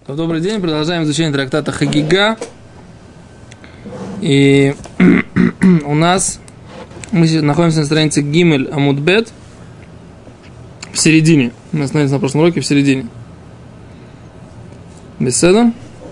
Добрый день, продолжаем изучение трактата Хагига. И у нас мы находимся на странице Гимель Амуд Бет в середине. Мы остановились на прошлом уроке в середине. Беседа.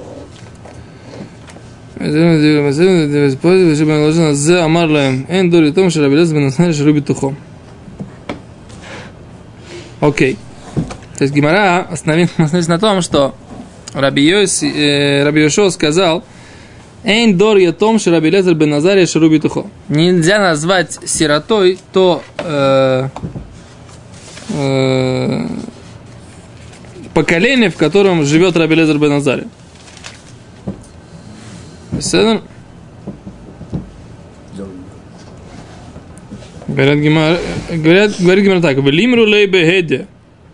Окей. То есть Гемара остановилась на том, что Раби Йошуа сказал: «Эйн дор ятом ше Раби Элиэзер бен Азария шеруби тухо». Нельзя назвать сиротой то поколение, в котором живет Раби Элиэзер бен Азария. Говорит Гемара так: «Велимру лей бехеде».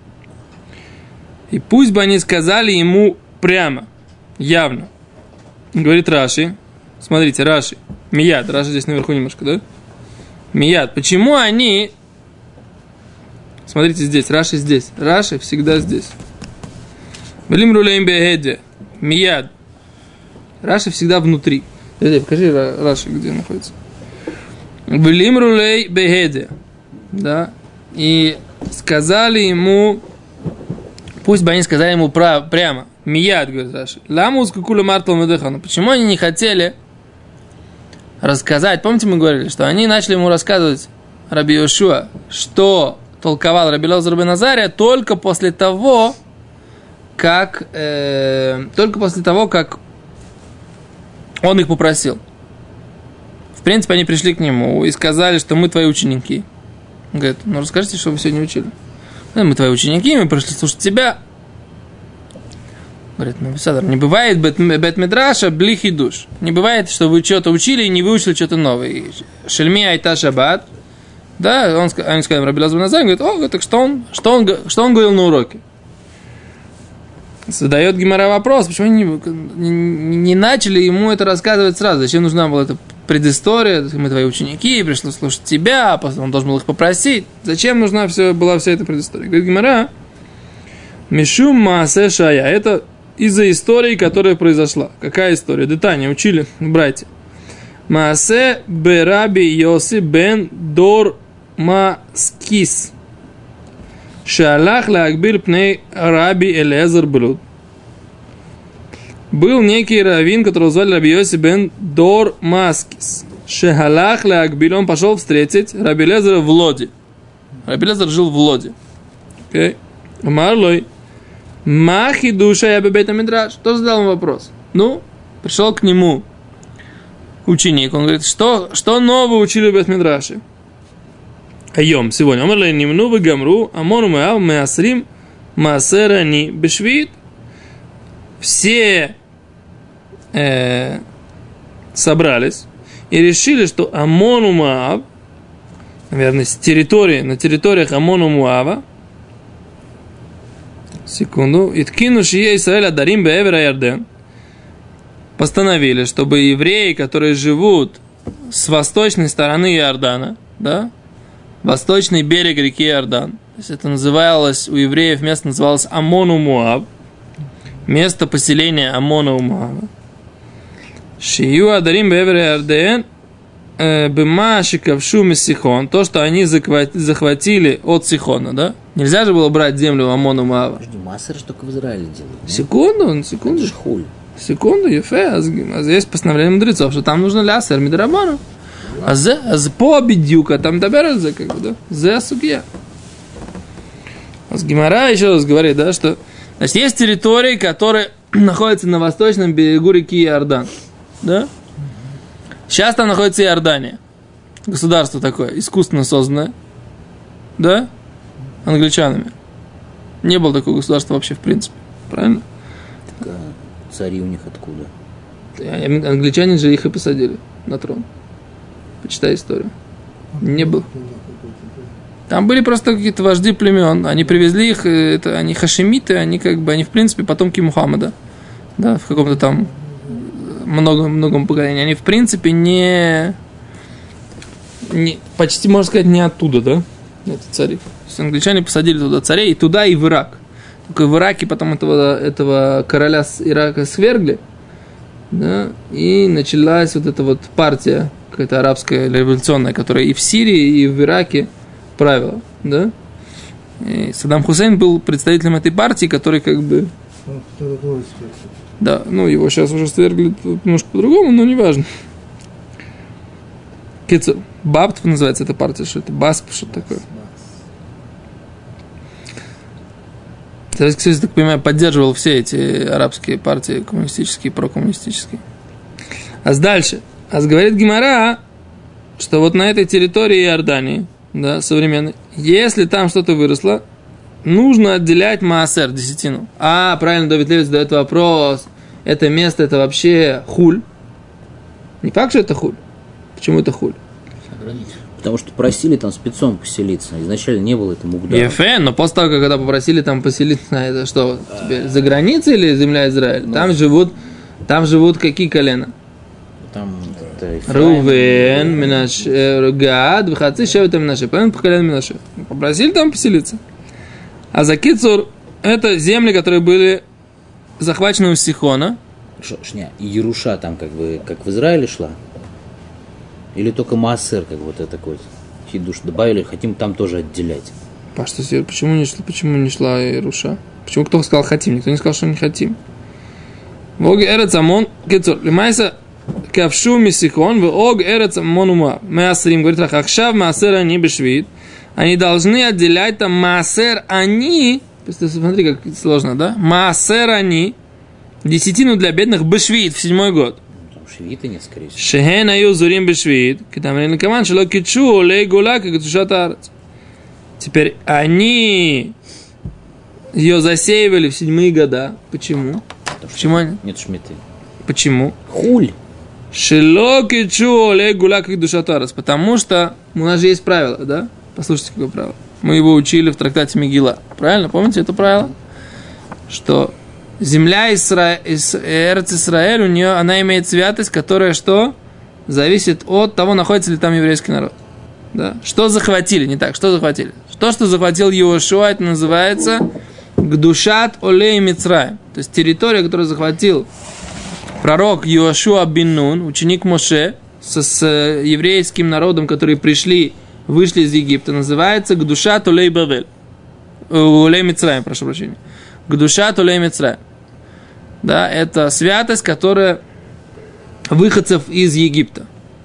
И пусть бы они сказали ему прямо, явно. Говорит Раши. Смотрите, Раши. Мияд. Раши здесь наверху немножко, да? Мияд. Почему они... Смотрите здесь. Раши здесь. Раши всегда здесь. Велим рулейм бехеде. Мияд. Раши всегда внутри. Покажи Раши, где находится. Велим рулей бехеде. Да. И сказали ему... Пусть бы они сказали ему прямо. Мияд, говорит Раши. Ламус кукуля мартал медехану. Почему они не хотели рассказать? Помните, мы говорили, что они начали ему рассказывать Раби Йошуа, что толковал Раби Элиэзер бен Азария только после того, как он их попросил. В принципе, они пришли к нему и сказали, что мы твои ученики. Он говорит: ну расскажите, что вы сегодня учили. Мы твои ученики, мы пришли слушать тебя. Говорит: ну, Бесадар, не бывает бет-медраша блихи душ. Не бывает, что вы что-то учили и не выучили что-то новое. Шельми айта шаббат. Да, они сказали Раби Элиэзер бен Азария, говорит: так что он говорил на уроке? Задает Гемара вопрос, почему они не начали ему это рассказывать сразу? Зачем нужна была эта предыстория? Мы твои ученики, пришло слушать тебя, он должен был их попросить. Зачем нужна была вся эта предыстория? Говорит Гемара: Мишум маасе шая. Это из-за истории, которая произошла. Какая история? Детание учили братья. Маасе бераби Йоси бен Дор Маскис. Шалах лаагбир пней Раби Элиэзер блуд. Был некий раввин, которого звали Раби Йоси бен Дор Маскис. Шалах лаагбир, он пошел встретить Раби Элиэзера в Лоде. Раби Элиэзер жил в Лоде. Окей. Марлой. Махи душа я бебейта мидраш. Кто задал ему вопрос? Ну, пришел к нему ученик. Он говорит: что нового учили в бет-мидраше? Айом, сегодня. Омарлей нимну вы гамру, амону мэав мэасрим маасерани бешвит. Все собрались и решили, что Амону Моав, наверное, на территориях Амону Моава, секунду, иткину шие Исраэль адарим беэвера Ярден, постановили, чтобы евреи, которые живут с восточной стороны Иордана, да, восточный берег реки Иордан, то есть это называлось, у евреев место называлось Амону Моав, место поселения Амона у Моава. Шию адарим беэвера Ярден бема шикавшу месихон, то, что они захватили от Сихона, да? Нельзя же было брать землю Амона Моава. Подожди, массер же только в Израиле делают. Да? Секунду. Это ж хуль. Секунду, ефе. Есть постановление мудрецов, что там нужно лясер мидрабану. А по бедюка там добираются, как бы, да? Зе сугья. Гемара еще раз говорит, да, что значит, есть территории, которые находятся на восточном берегу реки Иордан. Да? Сейчас там находится Иордания. Государство такое, искусственно созданное. Да? Англичанами. Не было такого государства вообще в принципе. Правильно? Так, а цари у них откуда? Англичане же их и посадили на трон. Почитай историю. Не было. Там были просто какие-то вожди племен. Они привезли их, они хашемиты, они в принципе потомки Мухаммада. Да, в каком-то там многом поколении. Они в принципе не почти, можно сказать, не оттуда, да? Это цари. То есть англичане посадили туда царей, и туда, и в Ирак. поскольку в Ираке потом этого короля с Ирака свергли, да, и началась вот эта вот партия какая-то арабская революционная, которая и в Сирии, и в Ираке правила, да. И Саддам Хусейн был представителем этой партии, который как бы... Да, ну его сейчас уже свергли немножко по-другому, но неважно. Бабт называется эта партия, что это? Басп, что такое? Советский Союз, так понимаю, поддерживал все эти арабские партии, коммунистические, прокоммунистические. А дальше. Говорит Гемара, что вот на этой территории Иордании, да, современной, если там что-то выросло, нужно отделять маасер, десятину. Правильно, Давид Левит задает вопрос. Это место, это вообще хуль. Не факт, что это хуль. Почему это хуль? Потому что просили там спецом поселиться. Изначально не было это мугда. Ефен, но после того, когда попросили там поселиться, это что, теперь за границей или земля Израиля? Ну, там живут какие колена? Там Рувен, Минаше, Гад, Вихаци, Шевет, Минаше. Правильно, по колену Минаше. Попросили там поселиться. А за Кицур, это земли, которые были захвачены у Сихона. И Еруша там как бы, как в Израиле шла? Или только Маасер, как вот это такой хидуш добавили, хотим там тоже отделять? Почему не шла Еруша? Почему кто сказал хотим? Никто не сказал, что не хотим. Вог эрец амон, Кицур, лимайса кавшу мисихон, вог эрец амон ума. Маасерим, говорит Рах, ахшав Маасер они бешвид. Они должны отделять там Маасер они, смотри, как сложно, да? Маасер они, десятину для бедных бешвид в 7-й год. Там швииты нет, скорее всего. Шехен аю зурим бешвид, китам ренкаман шело кичу лей гула как гатушат арец. Теперь они ее засеивали в 7-е года. Почему? Почему они? Нет шмиты. Почему? Хуль. Шело кичу лей гула как гатушат арец. Потому что у нас же есть правило, да? Послушайте, какое правило. Мы его учили в трактате Мегила. Правильно? Помните это правило? Что земля Эрец Исраэль, у нее, она имеет святость, которая что? Зависит от того, находится ли там еврейский народ. Да? Что захватили? Не так. Что захватили? То, что захватил Йеошуа, это называется Гдушат Олей Мицраим. То есть территория, которую захватил пророк Йеошуа бен Нун, ученик Моше, с еврейским народом, которые вышли из Египта, называется Гдушат Олей Бавель. Олей Мицраим, прошу прощения. Гдушат Олей Мицраим. Да, это святость, которая выходцев из Египта.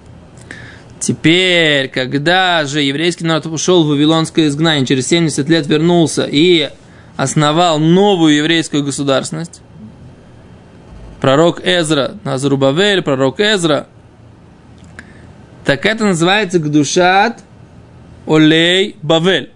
Теперь, когда же еврейский народ ушел в вавилонское изгнание, через 70 лет вернулся и основал новую еврейскую государственность, пророк Эзра, Назарубавель, пророк Эзра, так это называется Гдушат Олей Бавель.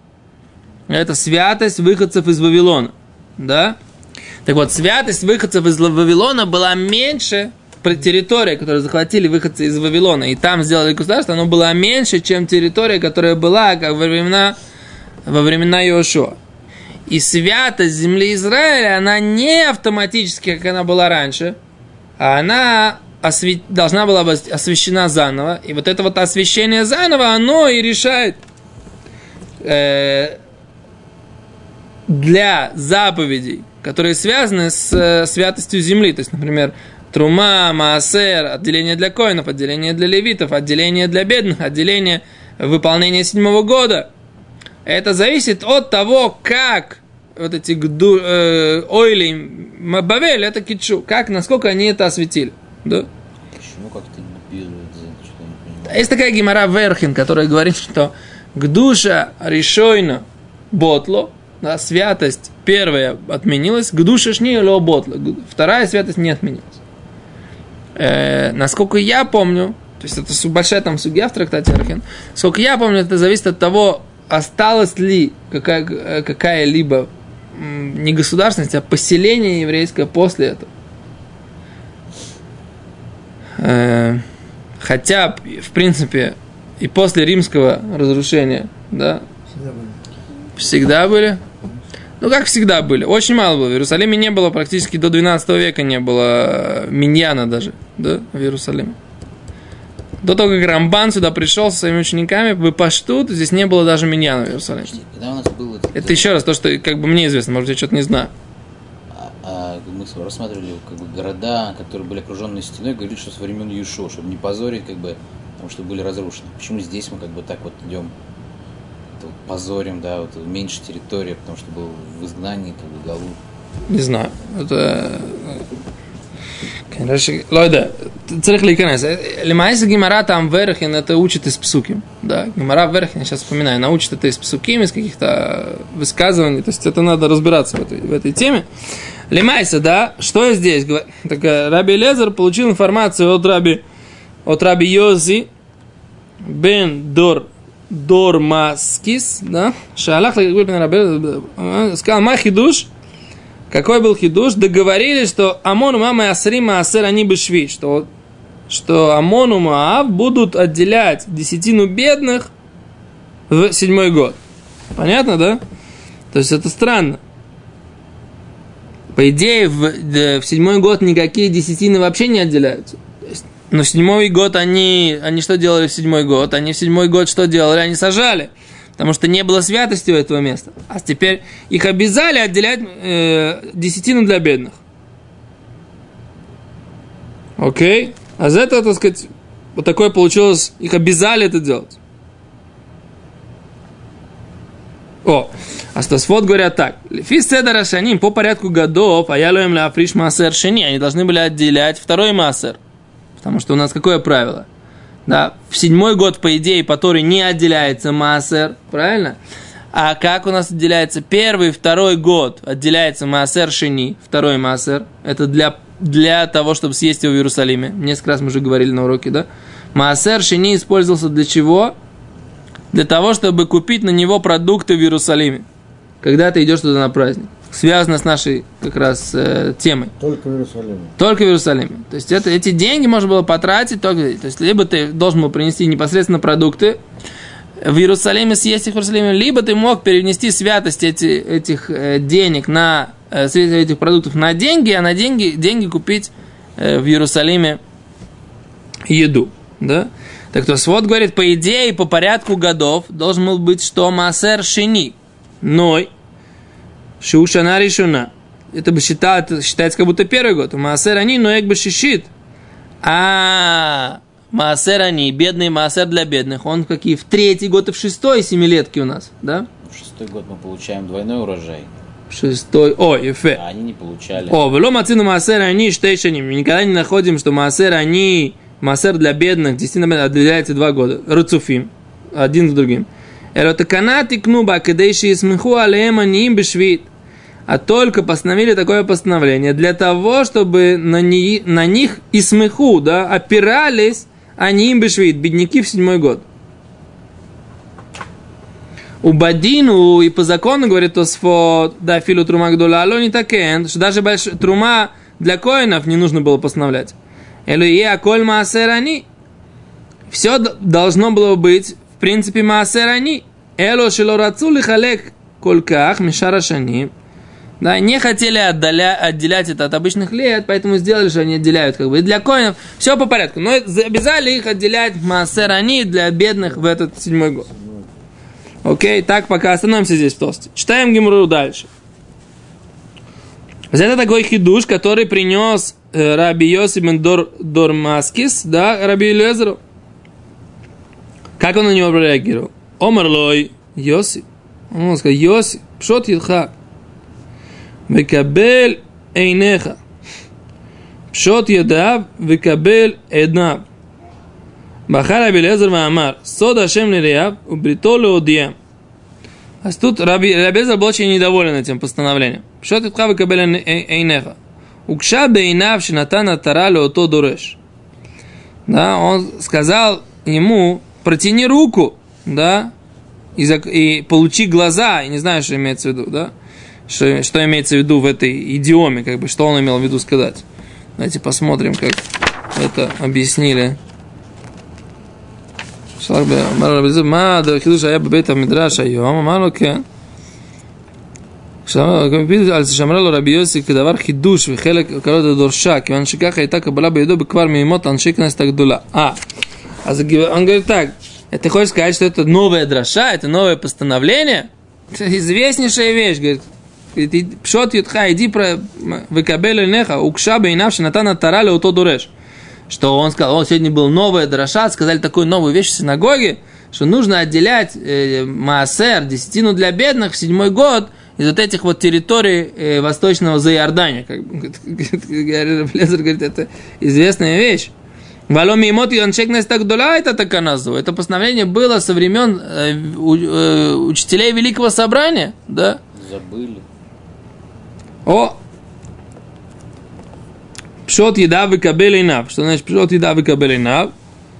Это святость выходцев из Вавилона. Да? Так вот, святость выходцев из Вавилона была меньше, территория, которую захватили выходцы из Вавилона, и там сделали государство, оно было меньше, чем территория, которая была как во времена Йеошуа. И святость земли Израиля, она не автоматически, как она была раньше, а она должна была быть освящена заново. И вот это вот освящение заново, оно и решает для заповедей, которые связаны с святостью земли. То есть, например, Трума, Маасер, отделение для коинов, отделение для левитов, отделение для бедных, отделение выполнения 7-го года. Это зависит от того, как вот эти ойли, Бавель, это китшу, насколько они это осветили. Да? Почему как-то что-то не понимаю. Есть такая гемара Верхин, которая говорит, что гдуша решойна ботло, да, святость первая отменилась, гдуша шни ло ботло, вторая святость не отменилась. Насколько я помню, то есть это большая там судья в трактате Верхин, насколько я помню, это зависит от того, осталась ли какая-либо не государственность, а поселение еврейское после этого. Хотя, в принципе, и после римского разрушения, да, всегда были. Ну, как всегда были. Очень мало было. В Иерусалиме не было практически до 12 века не было миньяна даже, да, в Иерусалиме. До того, как Рамбан сюда пришел со своими учениками, в Паштут, здесь не было даже миньяна в Иерусалиме. Когда у нас был это еще раз то, что как бы мне известно, может, я что-то не знаю. Мы рассматривали как бы города, которые были окружены стеной, говорили, что со времен Юшо, чтобы не позорить, как бы, потому что были разрушены. Почему здесь мы как бы так вот идем, вот позорим, да, вот меньше территория, потому что был в изгнании, как бы Галут. Не знаю. Это... Лойда, царих лейканес. Лимайс Гимара там Верхин это учит из псуким. Да, Гимара Верхин, сейчас вспоминаю, научит это из псуким, из каких-то высказываний. То есть это надо разбираться в этой теме. Лимайса, да, что здесь? Так, Раби Элиэзер получил информацию от Раби Йози бен Дормаскис, да, Шалах, сказал, ма хидуш, какой был хидуш? Договорились, что Амон, Мама и Асрим, Асер, они бы шви, что Амон и Моав будут отделять десятину бедных в 7-й год. Понятно, да? То есть это странно. По идее, в 7-й год никакие десятины вообще не отделяются. Но в 7-й год они что делали в 7-й год? Они в 7-й год что делали? Они сажали. Потому что не было святости у этого места. А теперь их обязали отделять десятину для бедных. Окей? А за это, так сказать, вот такое получилось. Их обязали это делать. А Стосфот говорят так. Фис седер шаним, по порядку годов, а я лоем ля африш маасер шени. Они должны были отделять второй маасер. Потому что у нас какое правило? Да, в 7-й год, по идее, по Торе не отделяется маасер. Правильно? А как у нас отделяется 1-й и 2-й год? Отделяется маасер шени, второй маасер. Это для того, чтобы съесть его в Иерусалиме. Несколько раз мы уже говорили на уроке, да? Маасер шени использовался для чего? Для того, чтобы купить на него продукты в Иерусалиме. Когда ты идешь туда на праздник. Связано с нашей как раз темой. Только в Иерусалиме. Только в Иерусалиме. То есть эти деньги можно было потратить только... То есть либо ты должен был принести непосредственно продукты в Иерусалиме, съесть их в Иерусалиме, либо ты мог перенести святость этих денег на... этих продуктов на деньги, а на деньги купить в Иерусалиме еду. Да? Так то свод говорит, по идее, по порядку годов должен был быть, что маасер шени, ной, шушана решуна. Это бы считается как будто 1-й год. Маасер они, но как бы шишит. А маасер они, бедный маасер для бедных, он какие? В 3-й год и в 6-й 7-летки у нас, да? В 6-й год мы получаем двойной урожай. В 6-й, ефе. А они не получали. Вело мацину маасер они, штейшаним. Мы никогда не находим, что маасер они... Маасер для бедных, 10 отделяется 2 года. Руцуфим. Один за другим. А только постановили такое постановление для того, чтобы на них и смеху, да, опирались они им бешвит, бедняки в 7-й год. У Бадину и по закону, говорит Тосфот, да, филу трума гдула, алло не такен, что даже трума для коинов не нужно было постановлять. Элуия коль маасер они. Все должно было быть, в принципе, маасер они. Эло шело рацу лихалек кольках мишара шани. Да, не хотели отделять это от обычных лет, поэтому сделали, что они отделяют как бы. И для коинов все по порядку. Но обязали их отделять маасер они для бедных в этот 7-й год. Окей, так пока остановимся здесь в Тосте. Читаем Гемару дальше. Это такой хидуш, который принес Раби Йоси бен Дормаскис, да, Раби Элиэзеру. Как он на него реагировал? Омарлой, Йоси. Он сказал, Йоси, пшот едха. Векабель эйнеха. Пшот едав, векабель эднав. Бахар Раби Элиэзер ваамар. Сод Ашем лирияв, убрито леодиям. А тут Раби Элиэзер был очень недоволен этим постановлением. Пшот едха, векабель эйнеха. Укша бейнав шинатана тара леото дуреш. Да, он сказал ему, протяни руку, да, и получи глаза. Я не знаю, что имеется в виду, да, что имеется в виду в этой идиоме, как бы, что он имел в виду сказать. Давайте посмотрим, как это объяснили. שאמרה לו רבי יוסי כדבר חידוש וחלק קראת הדורשה כיוון שככה הייתה קבלה בידו בכבר מימות אנשי כנסת הגדולה. Он говорит так, ты хочешь сказать, что это новая драша, это новое постановление? Это известнейшая вещь, говорит. Пшот ютха, иди про выкабель неха, укша бейнавши натана тарали уто дуреш. Что он сказал, сегодня был новая драша, сказали такую новую вещь в синагоге, что нужно отделять маасер, десятину для бедных в 7-й год из вот этих вот территорий восточного Заиордания. Лезер говорит, это известная вещь. Валоми имоти аншекнес так доля, это таканазу. Это постановление было со времен учителей Великого Собрания, да? Забыли. Пшот еда выкабель инав. Что значит пшот еда выкабель инав?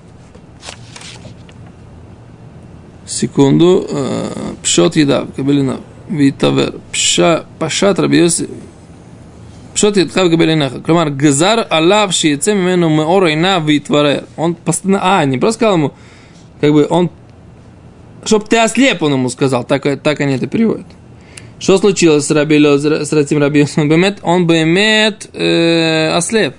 Секунду. Пшот еда выкабель инав. Витавер. Пашат Раби Йоси. Пшот еда выкабель инав. Кломар, газар алав шиецем имену меор инав витварер. Он постоянно... не просто сказал ему, как бы он... Чтоб ты ослеп, он ему сказал. Так они это переводят. Что случилось с Раби Лозер, с этим Раби Йосифом? Он бемет ослеп.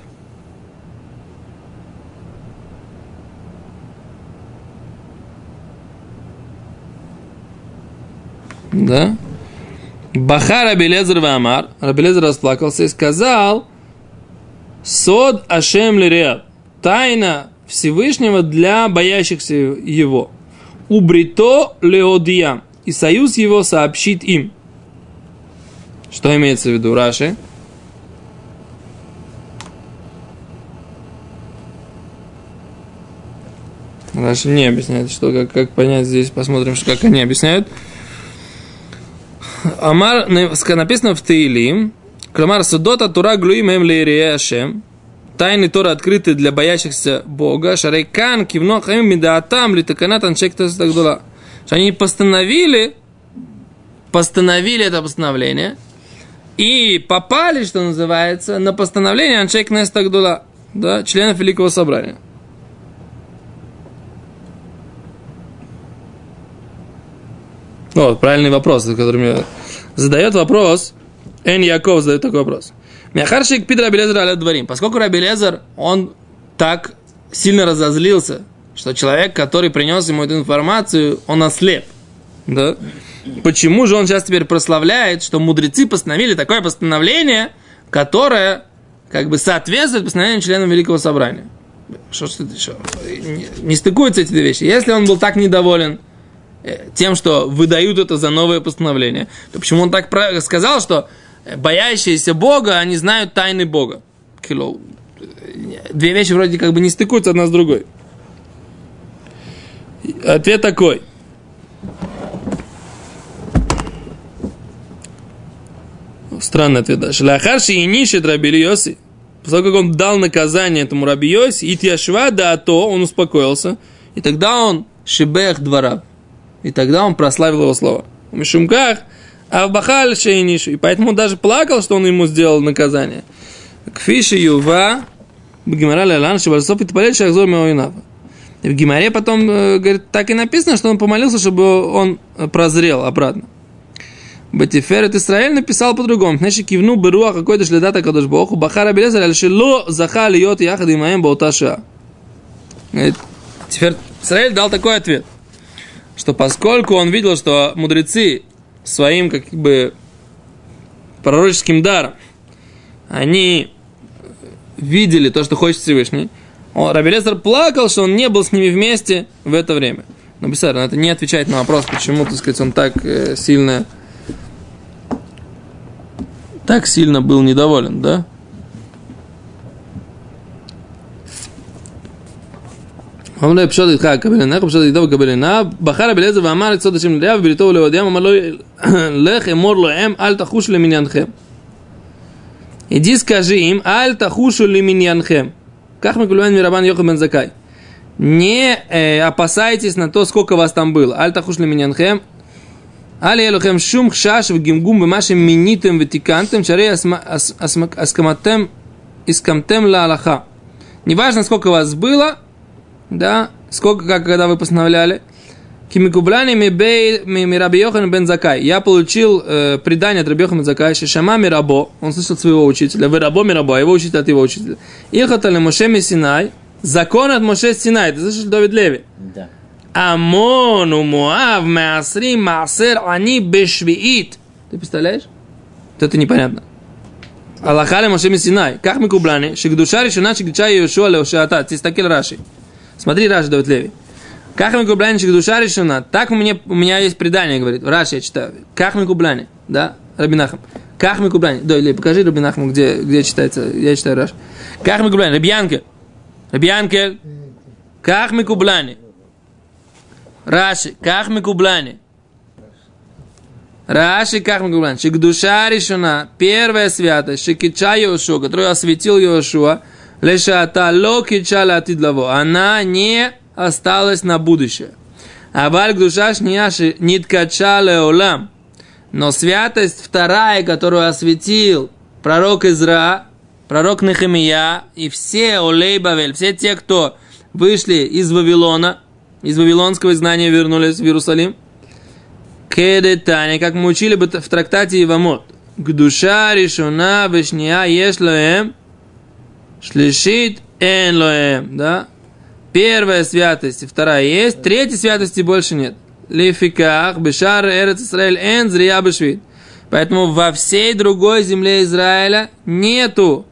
Да? Баха Раби Лезер вамар. Раби Лезер расплакался и сказал: Сод Ашем лиреат. Тайна Всевышнего для боящихся его. Убрито леодиям. И союз его сообщит им. Что имеется в виду, Раши? Раши не объясняет, что, как понять здесь, посмотрим, как они объясняют. Амар, написано в Теилим, Кламар Судота Тура Глуим Эм Лейрия Ашем. Тайны Тора открыты для боящихся Бога. Шарейкан Кивно Хаим Медаатам Литаканат Аншек Тасдагдула. Что они постановили это постановление и попали, что называется, на постановление Аншей Кнесет Агдула, да, членов Великого Собрания. Вот, правильный вопрос, который мне задает вопрос. Эн Яков задает такой вопрос. Мяхаршик пид Раби Лезер аля дворим. Поскольку Раби Лезер, он так сильно разозлился, что человек, который принес ему эту информацию, он ослеп. Да? Почему же он сейчас теперь прославляет, что мудрецы постановили такое постановление, которое как бы соответствует постановлению членов Великого Собрания? Что не стыкуются эти две вещи. Если он был так недоволен тем, что выдают это за новое постановление, то почему он так сказал, что боящиеся Бога, они знают тайны Бога? Две вещи вроде как бы не стыкуются одна с другой. Ответ такой. Странный ответ дальше. Лахарши и нишет Раби Йоси. После того, как он дал наказание этому Раби Йоси, и тьяшва да то, он успокоился. И тогда он шибех двора. И тогда он прославил его слова. В Мишумках, а в Бахаль шейнишу. И поэтому он даже плакал, что он ему сделал наказание. Кфиши юва, бгимара лалан, шибальсоп и тпалель шахзор меоинава. И в Гимаре потом, говорит, так и написано, что он помолился, чтобы он прозрел обратно. Батиферет Исраэль написал по-другому. Значит, кивну беруа какой-то шледата кадош боху, бахара белезер, аль-шило заха льет яхад имаем бауташа. Теперь Исраэль дал такой ответ, что поскольку он видел, что мудрецы своим как бы пророческим даром, они видели то, что хочет Всевышний, Раби Лезер плакал, что он не был с ними вместе в это время. Но, бессмысленно, это не отвечает на вопрос, почему, так сказать, он так сильно был недоволен, да? Он говорит, пшот идха кабелина, пшот идха кабелина, бахара Раби Лезер вамар את סוד השם ללאה ובריתו ולאוהדיהם, אמר לו, לך אמור להם, אל תחושו למניינכם. иди скажи им, аль тахушу лиминьянхем. Как мы говорим Мирабан Йохай бен Закай. Не опасайтесь на то, сколько вас там было. Аль тахушу лиминьянхем. Аль елухем шум хшаш в гимгум бемашем минитем ватикантем шарей аскаматем искамтем ла алаха. Неважно, сколько вас было, да, сколько, как когда вы постановляли. Кимикублани ми Раби Йохай бен Закай. Я получил предание от Раби Йохай бен Закай, шама мирабо, он слышал от своего учителя, вы рабо мирабо, его учитель от его учителя. Ихата ле Моше ми Синай, Закон от Моше Синай. Ты слышишь, Давид Леви? Да. Амон у Моав меасрим маасер они бешвиит. Ты представляешь? Вот это непонятно. Аллаха ле Моше Синай. Как мы кублани? Шигдуша решена шигдуша Йошуа леошата. Тистакил Раши. Смотри, Раши, Давид Леви. Как мы кублани шигдуша решена? Так у меня есть предание, говорит. Раши я читаю. Как мы кублани? Да? Раби Нахам. Как мы кублани? Давид Леви, покажи Раби Нахаму, где читается. Я читаю Раши. Как мы кублани? Раби Янкель. Как мы кублани? Раши, как мы кублани? Раши, как мы кублани? Шикдуша решена, первая святость, шикича Йошуа, которую осветил Йошуа, лешата ло кича латидлаво, она не осталась на будущее. Аваль гдуша шнияши ниткача леолам, но святость вторая, которую осветил пророк Изра, пророк Нехемия и все Олей Бавель, все те, кто вышли из Вавилона, из вавилонского изгнания вернулись в Иерусалим. Кедетани, как мы учили бы в трактате Ивамот. Гдуша решена вешния еш лоэм, шлишит эн лоэм. Да? Первая святость и вторая есть, третьей святости больше нет. Лификах, бешар, эрец Исраэль, эн, зрия бешвит. Поэтому во всей другой земле Израиля нету,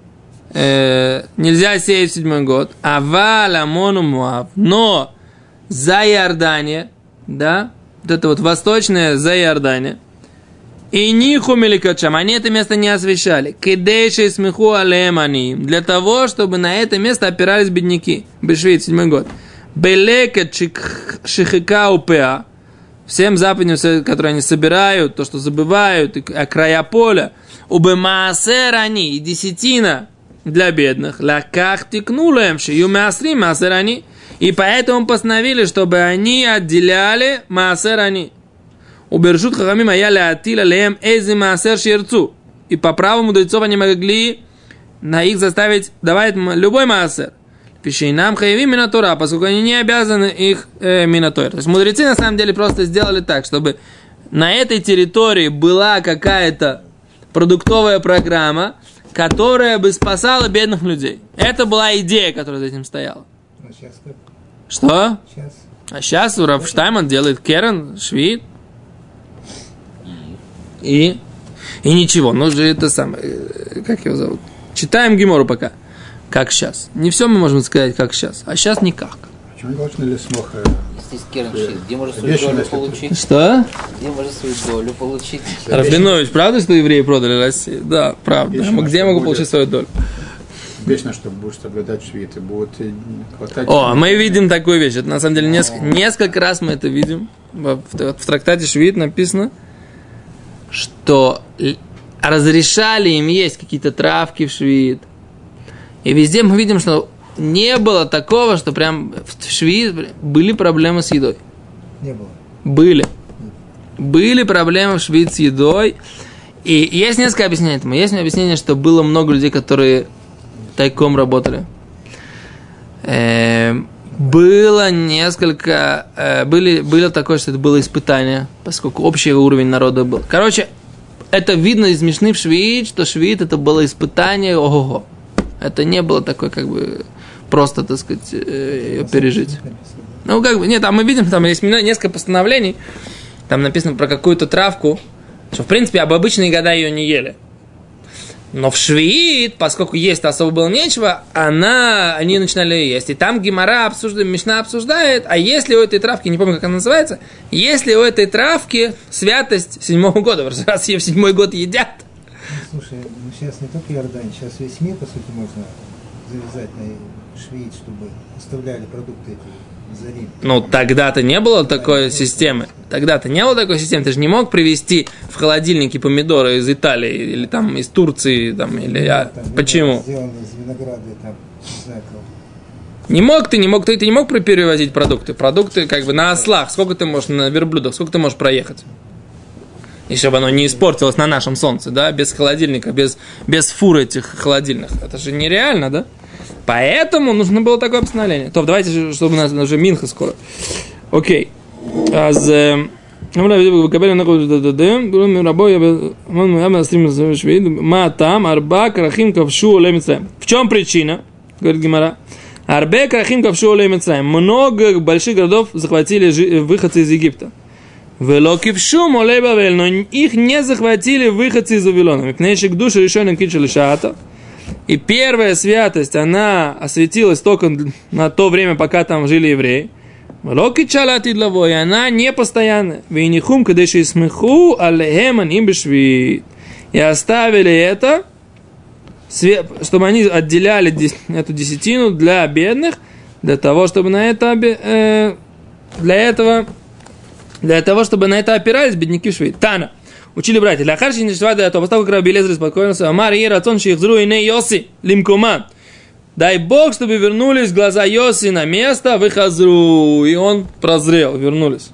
нельзя сеять в 7-й год. Авал амону Моав. Но за Иордания, да, вот это вот восточное за Иордания, и ниху меликачам, они это место не освещали. Кидейши смеху алеем они, для того, чтобы на это место опирались бедняки. Бешвит, 7-й год. Белекет шихика упеа, всем западным, которые они собирают, то, что забывают, а края поля, убемаасер они, и десятина для бедных, лаках тикнулем, шию маасрим маасер они. И поэтому постановили, чтобы они отделяли маасер они. Убершут хахамим аяли атила леем эзи маасер шерцу. И по праву мудрецов они могли на их заставить давать любой маасер. Пишейнам хаеви минатора, поскольку они не обязаны их минатор. То есть мудрецы на самом деле просто сделали так, чтобы на этой территории была какая-то продуктовая программа, которая бы спасала бедных людей. Это была идея, которая за этим стояла. А сейчас как? Что? Сейчас. А сейчас Рав Штайнман делает керен, швид. И ничего. Ну же это самое. Как его зовут? Читаем Гемору пока. Как сейчас. Не все мы можем сказать, как сейчас. А сейчас никак. Почему должны ли смоха? Здесь керен швид. Где можно свою долю получить? Что? Где можно свою долю получить? Рафлинович, правда, что евреи продали Россию? Да, правда. Где я могу получить свою долю? Вечно, что будешь соблюдать швид, и будут хватать... О, мы видим такую вещь. Это на самом деле несколько раз мы это видим. В трактате Швид написано, что разрешали им есть какие-то травки в Швид. И везде мы видим, что не было такого, что прям в Швид были проблемы с едой. Не было. Были. Были проблемы в Швид с едой. И есть несколько объяснений этому. Есть объяснение, что было много людей, которые тайком работали. Было несколько... Было такое, что это было испытание, поскольку общий уровень народа был. Короче, это видно из Мишны в Швид, что Швид это было испытание, ого-го. Это не было такое, как бы, просто, так сказать, пережить. Ну, как бы, нет, там мы видим, там есть несколько постановлений, там написано про какую-то травку, что, в принципе, об обычные года ее не ели. Но в Швид, поскольку есть особо было нечего, они начинали ее есть. И там Гемара обсуждает, Мишна обсуждает, а если у этой травки, не помню, как она называется, если у этой травки святость 7-го года, раз ее в 7-й год едят. Слушай, ну сейчас не только Иордания, сейчас весь мир, по сути, можно завязать на Швид, чтобы оставляли продукты эти за Рим. Ну, тогда-то не было такой системы. Тогда-то не было такой системы. Ты же не мог привезти в холодильнике помидоры из Италии или там из Турции, там, или там, почему? Сделано из винограда, там, не знаю кого. Ты не мог перевозить продукты. Продукты как бы на ослах. Сколько ты можешь на верблюдах, сколько ты можешь проехать? И чтобы оно не испортилось на нашем солнце, да, без холодильника, без фур этих холодильных. Это же нереально, да? Поэтому нужно было такое постановление. То, давайте, чтобы у нас уже Минха скоро. Окей. В чем причина? Говорит Гемара. Арбе крахим кавшу олей Мицраим. Много больших городов захватили выходцы из Египта. Вело кившу олей Бавель, но их не захватили выходцы из Вавилона. Мипнейшик душа решенным кичали шаата. И первая святость, она осветилась только на то время, пока там жили евреи. Вело кичалати длавой, она не постоянная. Вейнихум кадеши смеху алехеман им бешвит. И оставили это, чтобы они отделяли эту десятину для бедных, для того, чтобы на это чтобы на это опирались бедняки в швейт. Тана. Учили братья. Для харши не швада, а то поставку Раби Элиэзер успокоился. Амар и рацион шихзру и не Йоси лимкума. Дай Бог, чтобы вернулись глаза Йоси на место, выхазру. И он прозрел, вернулись.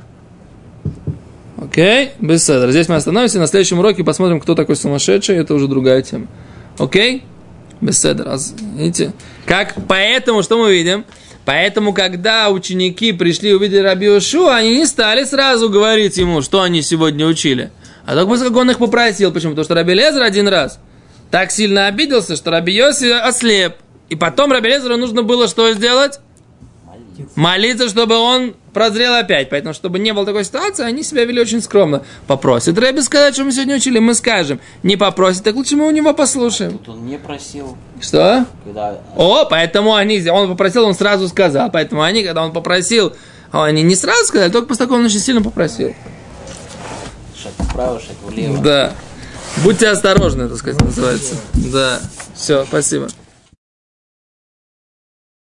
Окей, беседа. Здесь мы остановимся. На следующем уроке посмотрим, кто такой сумасшедший. Это уже другая тема. Окей? Беседа. Видите? Поэтому, что мы видим? Поэтому, когда ученики пришли и увидели Раби Йошуа, они не стали сразу говорить ему, что они сегодня учили. А только после как он их попросил. Почему? Потому что Раби Элиэзер один раз так сильно обиделся, что Раби Йоси ослеп. И потом Раби Элиэзеру нужно было что сделать? Молиться, чтобы он прозрел опять. Поэтому, чтобы не было такой ситуации, они себя вели очень скромно. Попросит Рэби сказать, что мы сегодня учили, мы скажем. Не попросит, так лучше мы у него послушаем. Тут он не просил. Что? Когда... Поэтому он попросил, он сразу сказал. Поэтому они, когда он попросил, они не сразу сказали, только после того, он очень сильно попросил. Шаг вправо, шаг влево. Да. Будьте осторожны, так сказать, называется. Да. Все, спасибо.